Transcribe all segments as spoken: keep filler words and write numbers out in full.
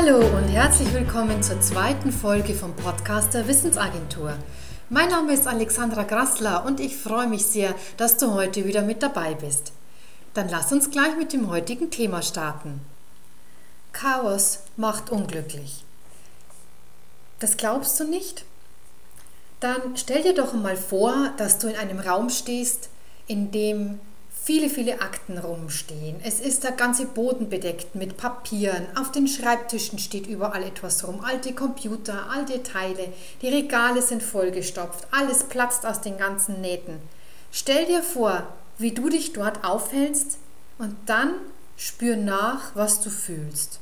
Hallo und herzlich willkommen zur zweiten Folge vom Podcast der Wissensagentur. Mein Name ist Alexandra Grassler und ich freue mich sehr, dass du heute wieder mit dabei bist. Dann lass uns gleich mit dem heutigen Thema starten. Chaos macht unglücklich. Das glaubst du nicht? Dann stell dir doch einmal vor, dass du in einem Raum stehst, in dem viele, viele Akten rumstehen. Es ist der ganze Boden bedeckt mit Papieren. Auf den Schreibtischen steht überall etwas rum. Alte Computer, alte Teile. Die Regale sind vollgestopft. Alles platzt aus den ganzen Nähten. Stell dir vor, wie du dich dort aufhältst und dann spür nach, was du fühlst.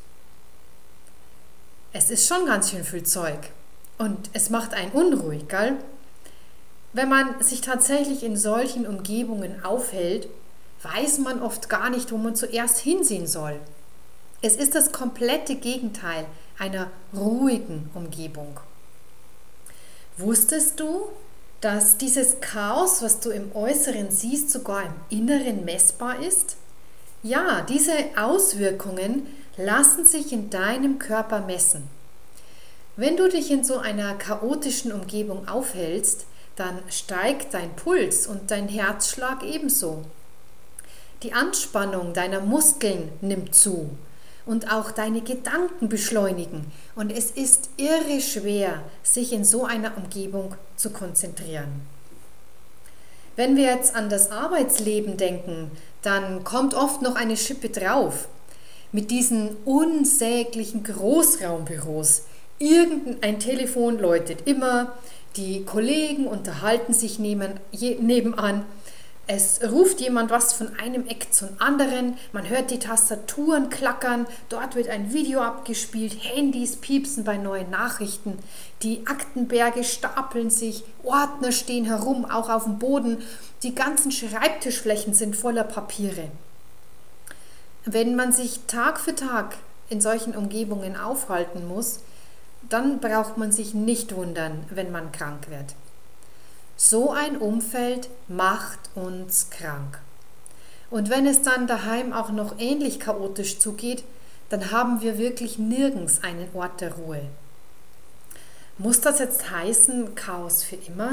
Es ist schon ganz schön viel Zeug. Und es macht einen unruhig, gell? Wenn man sich tatsächlich in solchen Umgebungen aufhält, weiß man oft gar nicht, wo man zuerst hinsehen soll. Es ist das komplette Gegenteil einer ruhigen Umgebung. Wusstest du, dass dieses Chaos, was du im Äußeren siehst, sogar im Inneren messbar ist? Ja, diese Auswirkungen lassen sich in deinem Körper messen. Wenn du dich in so einer chaotischen Umgebung aufhältst, dann steigt dein Puls und dein Herzschlag ebenso. Die Anspannung deiner Muskeln nimmt zu und auch deine Gedanken beschleunigen und es ist irre schwer, sich in so einer Umgebung zu konzentrieren. Wenn wir jetzt an das Arbeitsleben denken, dann kommt oft noch eine Schippe drauf. Mit diesen unsäglichen Großraumbüros. Irgendein Telefon läutet immer, die Kollegen unterhalten sich nebenan. Es ruft jemand was von einem Eck zum anderen, man hört die Tastaturen klackern, dort wird ein Video abgespielt, Handys piepsen bei neuen Nachrichten, die Aktenberge stapeln sich, Ordner stehen herum, auch auf dem Boden, die ganzen Schreibtischflächen sind voller Papiere. Wenn man sich Tag für Tag in solchen Umgebungen aufhalten muss, dann braucht man sich nicht wundern, wenn man krank wird. So ein Umfeld macht uns krank. Und wenn es dann daheim auch noch ähnlich chaotisch zugeht, dann haben wir wirklich nirgends einen Ort der Ruhe. Muss das jetzt heißen, Chaos für immer?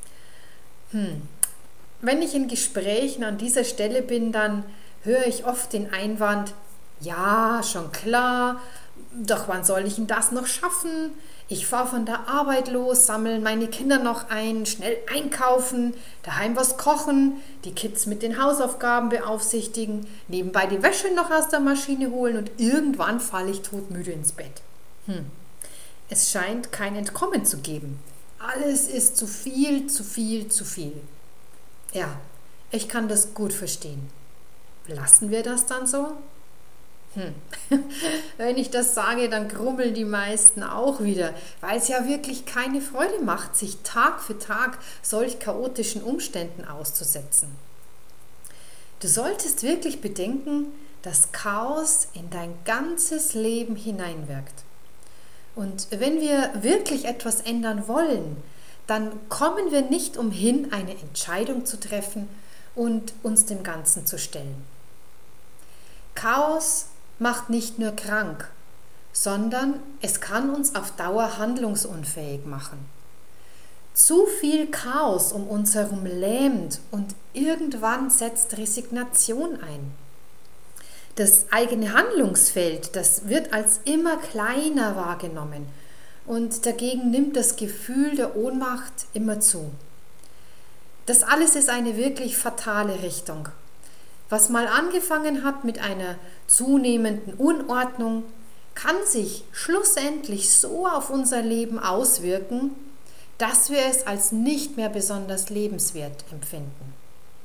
Hm. Wenn ich in Gesprächen an dieser Stelle bin, dann höre ich oft den Einwand, ja, schon klar, doch wann soll ich denn das noch schaffen? Ich fahre von der Arbeit los, sammle meine Kinder noch ein, schnell einkaufen, daheim was kochen, die Kids mit den Hausaufgaben beaufsichtigen, nebenbei die Wäsche noch aus der Maschine holen und irgendwann falle ich todmüde ins Bett. Hm. Es scheint kein Entkommen zu geben. Alles ist zu viel, zu viel, zu viel. Ja, ich kann das gut verstehen. Lassen wir das dann so? Hm. Wenn ich das sage, dann grummeln die meisten auch wieder, weil es ja wirklich keine Freude macht, sich Tag für Tag solch chaotischen Umständen auszusetzen. Du solltest wirklich bedenken, dass Chaos in dein ganzes Leben hineinwirkt. Und wenn wir wirklich etwas ändern wollen, dann kommen wir nicht umhin, eine Entscheidung zu treffen und uns dem Ganzen zu stellen. Chaos macht nicht nur krank, sondern es kann uns auf Dauer handlungsunfähig machen. Zu viel Chaos um uns herum lähmt und irgendwann setzt Resignation ein. Das eigene Handlungsfeld, das wird als immer kleiner wahrgenommen und dagegen nimmt das Gefühl der Ohnmacht immer zu. Das alles ist eine wirklich fatale Richtung. Was mal angefangen hat mit einer zunehmenden Unordnung, kann sich schlussendlich so auf unser Leben auswirken, dass wir es als nicht mehr besonders lebenswert empfinden.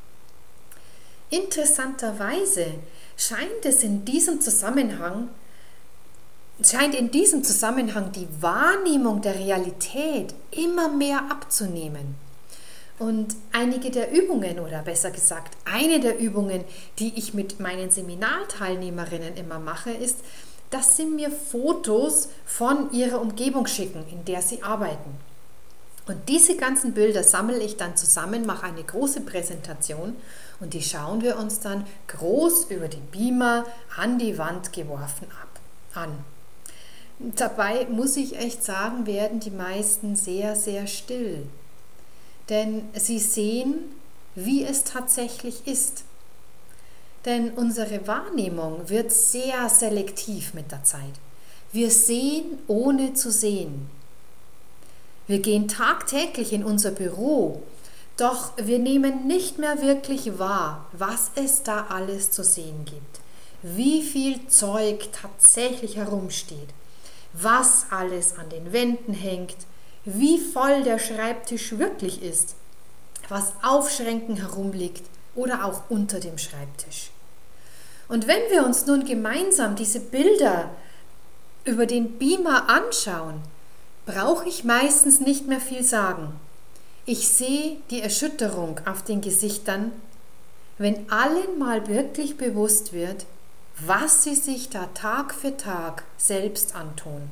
Interessanterweise scheint es in diesem Zusammenhang, scheint in diesem Zusammenhang die Wahrnehmung der Realität immer mehr abzunehmen. Und einige der Übungen, oder besser gesagt, eine der Übungen, die ich mit meinen Seminarteilnehmerinnen immer mache, ist, dass sie mir Fotos von ihrer Umgebung schicken, in der sie arbeiten. Und diese ganzen Bilder sammle ich dann zusammen, mache eine große Präsentation und die schauen wir uns dann groß über den Beamer an die Wand geworfen ab, an. Dabei muss ich echt sagen, werden die meisten sehr, sehr still. Denn sie sehen, wie es tatsächlich ist. Denn unsere Wahrnehmung wird sehr selektiv mit der Zeit. Wir sehen, ohne zu sehen. Wir gehen tagtäglich in unser Büro, doch wir nehmen nicht mehr wirklich wahr, was es da alles zu sehen gibt. Wie viel Zeug tatsächlich herumsteht, was alles an den Wänden hängt, wie voll der Schreibtisch wirklich ist, was auf Schränken herumliegt oder auch unter dem Schreibtisch. Und wenn wir uns nun gemeinsam diese Bilder über den Beamer anschauen, brauche ich meistens nicht mehr viel sagen. Ich sehe die Erschütterung auf den Gesichtern, wenn allen mal wirklich bewusst wird, was sie sich da Tag für Tag selbst antun.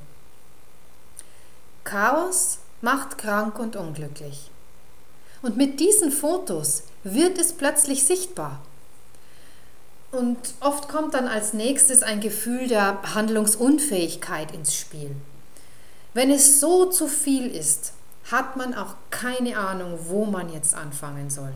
Chaos macht krank und unglücklich. Und mit diesen Fotos wird es plötzlich sichtbar. Und oft kommt dann als nächstes ein Gefühl der Handlungsunfähigkeit ins Spiel. Wenn es so zu viel ist, hat man auch keine Ahnung, wo man jetzt anfangen soll.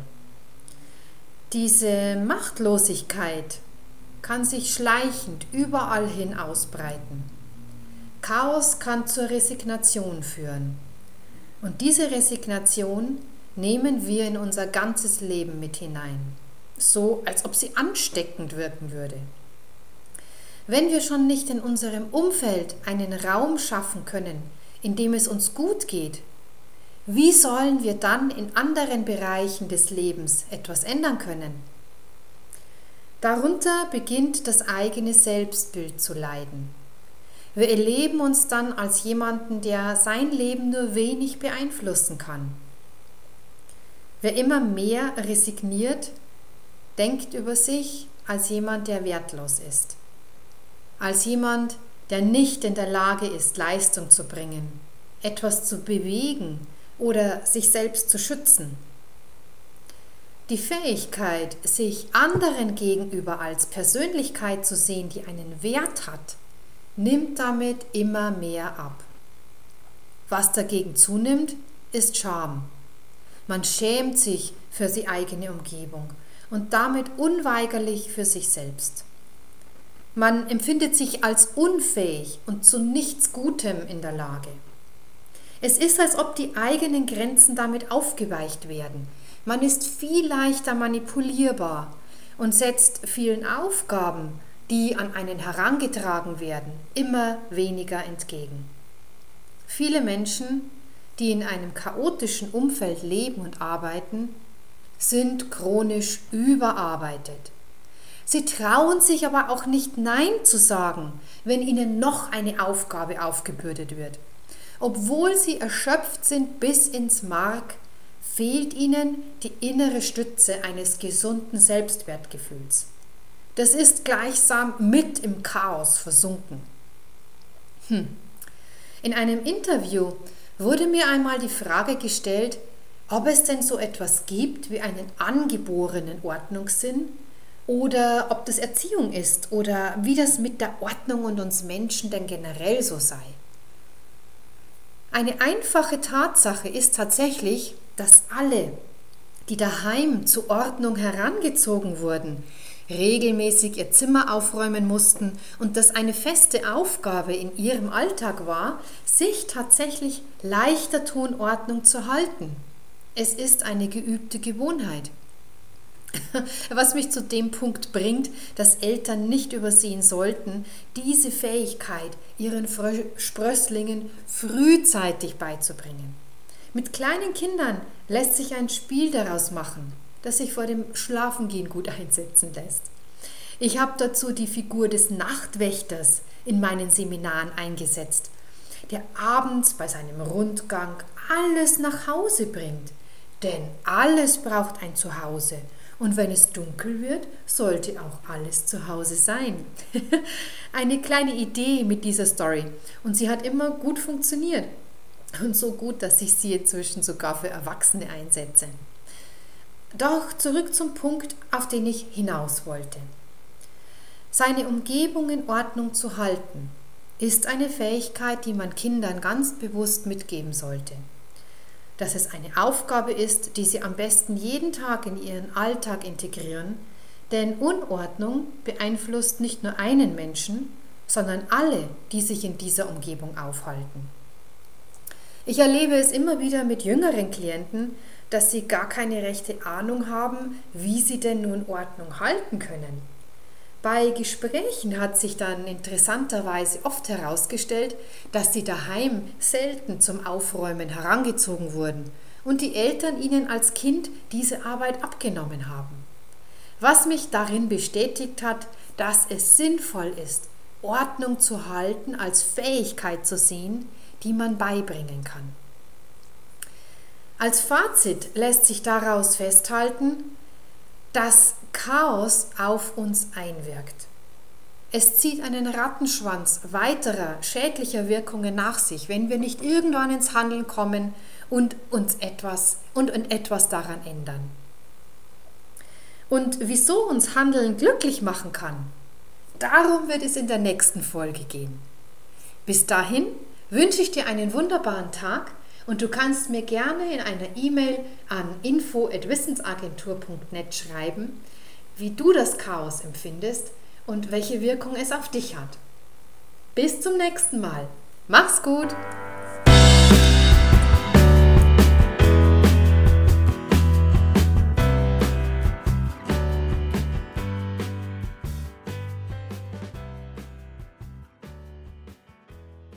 Diese Machtlosigkeit kann sich schleichend überall hin ausbreiten. Chaos kann zur Resignation führen. Und diese Resignation nehmen wir in unser ganzes Leben mit hinein, so als ob sie ansteckend wirken würde. Wenn wir schon nicht in unserem Umfeld einen Raum schaffen können, in dem es uns gut geht, wie sollen wir dann in anderen Bereichen des Lebens etwas ändern können? Darunter beginnt das eigene Selbstbild zu leiden. Wir erleben uns dann als jemanden, der sein Leben nur wenig beeinflussen kann. Wer immer mehr resigniert, denkt über sich als jemand, der wertlos ist. Als jemand, der nicht in der Lage ist, Leistung zu bringen, etwas zu bewegen oder sich selbst zu schützen. Die Fähigkeit, sich anderen gegenüber als Persönlichkeit zu sehen, die einen Wert hat, nimmt damit immer mehr ab. Was dagegen zunimmt, ist Scham. Man schämt sich für die eigene Umgebung und damit unweigerlich für sich selbst. Man empfindet sich als unfähig und zu nichts Gutem in der Lage. Es ist, als ob die eigenen Grenzen damit aufgeweicht werden. Man ist viel leichter manipulierbar und setzt vielen Aufgaben, die an einen herangetragen werden, immer weniger entgegen. Viele Menschen, die in einem chaotischen Umfeld leben und arbeiten, sind chronisch überarbeitet. Sie trauen sich aber auch nicht Nein zu sagen, wenn ihnen noch eine Aufgabe aufgebürdet wird. Obwohl sie erschöpft sind bis ins Mark, fehlt ihnen die innere Stütze eines gesunden Selbstwertgefühls. Das ist gleichsam mit im Chaos versunken. Hm. In einem Interview wurde mir einmal die Frage gestellt, ob es denn so etwas gibt wie einen angeborenen Ordnungssinn oder ob das Erziehung ist oder wie das mit der Ordnung und uns Menschen denn generell so sei. Eine einfache Tatsache ist tatsächlich, dass alle, die daheim zur Ordnung herangezogen wurden, regelmäßig ihr Zimmer aufräumen mussten und das eine feste Aufgabe in ihrem Alltag war, sich tatsächlich leichter tun, Ordnung zu halten. Es ist eine geübte Gewohnheit. Was mich zu dem Punkt bringt, dass Eltern nicht übersehen sollten, diese Fähigkeit ihren Sprösslingen frühzeitig beizubringen. Mit kleinen Kindern lässt sich ein Spiel daraus machen, das sich vor dem Schlafengehen gut einsetzen lässt. Ich habe dazu die Figur des Nachtwächters in meinen Seminaren eingesetzt, der abends bei seinem Rundgang alles nach Hause bringt. Denn alles braucht ein Zuhause. Und wenn es dunkel wird, sollte auch alles zu Hause sein. Eine kleine Idee mit dieser Story. Und sie hat immer gut funktioniert. Und so gut, dass ich sie inzwischen sogar für Erwachsene einsetze. Doch zurück zum Punkt, auf den ich hinaus wollte. Seine Umgebung in Ordnung zu halten, ist eine Fähigkeit, die man Kindern ganz bewusst mitgeben sollte. Dass es eine Aufgabe ist, die sie am besten jeden Tag in ihren Alltag integrieren, denn Unordnung beeinflusst nicht nur einen Menschen, sondern alle, die sich in dieser Umgebung aufhalten. Ich erlebe es immer wieder mit jüngeren Klienten, dass sie gar keine rechte Ahnung haben, wie sie denn nun Ordnung halten können. Bei Gesprächen hat sich dann interessanterweise oft herausgestellt, dass sie daheim selten zum Aufräumen herangezogen wurden und die Eltern ihnen als Kind diese Arbeit abgenommen haben. Was mich darin bestätigt hat, dass es sinnvoll ist, Ordnung zu halten als Fähigkeit zu sehen, die man beibringen kann. Als Fazit lässt sich daraus festhalten, dass Chaos auf uns einwirkt. Es zieht einen Rattenschwanz weiterer schädlicher Wirkungen nach sich, wenn wir nicht irgendwann ins Handeln kommen und uns etwas und etwas daran ändern. Und wieso uns Handeln glücklich machen kann, darum wird es in der nächsten Folge gehen. Bis dahin wünsche ich dir einen wunderbaren Tag und du kannst mir gerne in einer E-Mail an info at wissensagentur punkt net schreiben, wie du das Chaos empfindest und welche Wirkung es auf dich hat. Bis zum nächsten Mal. Mach's gut!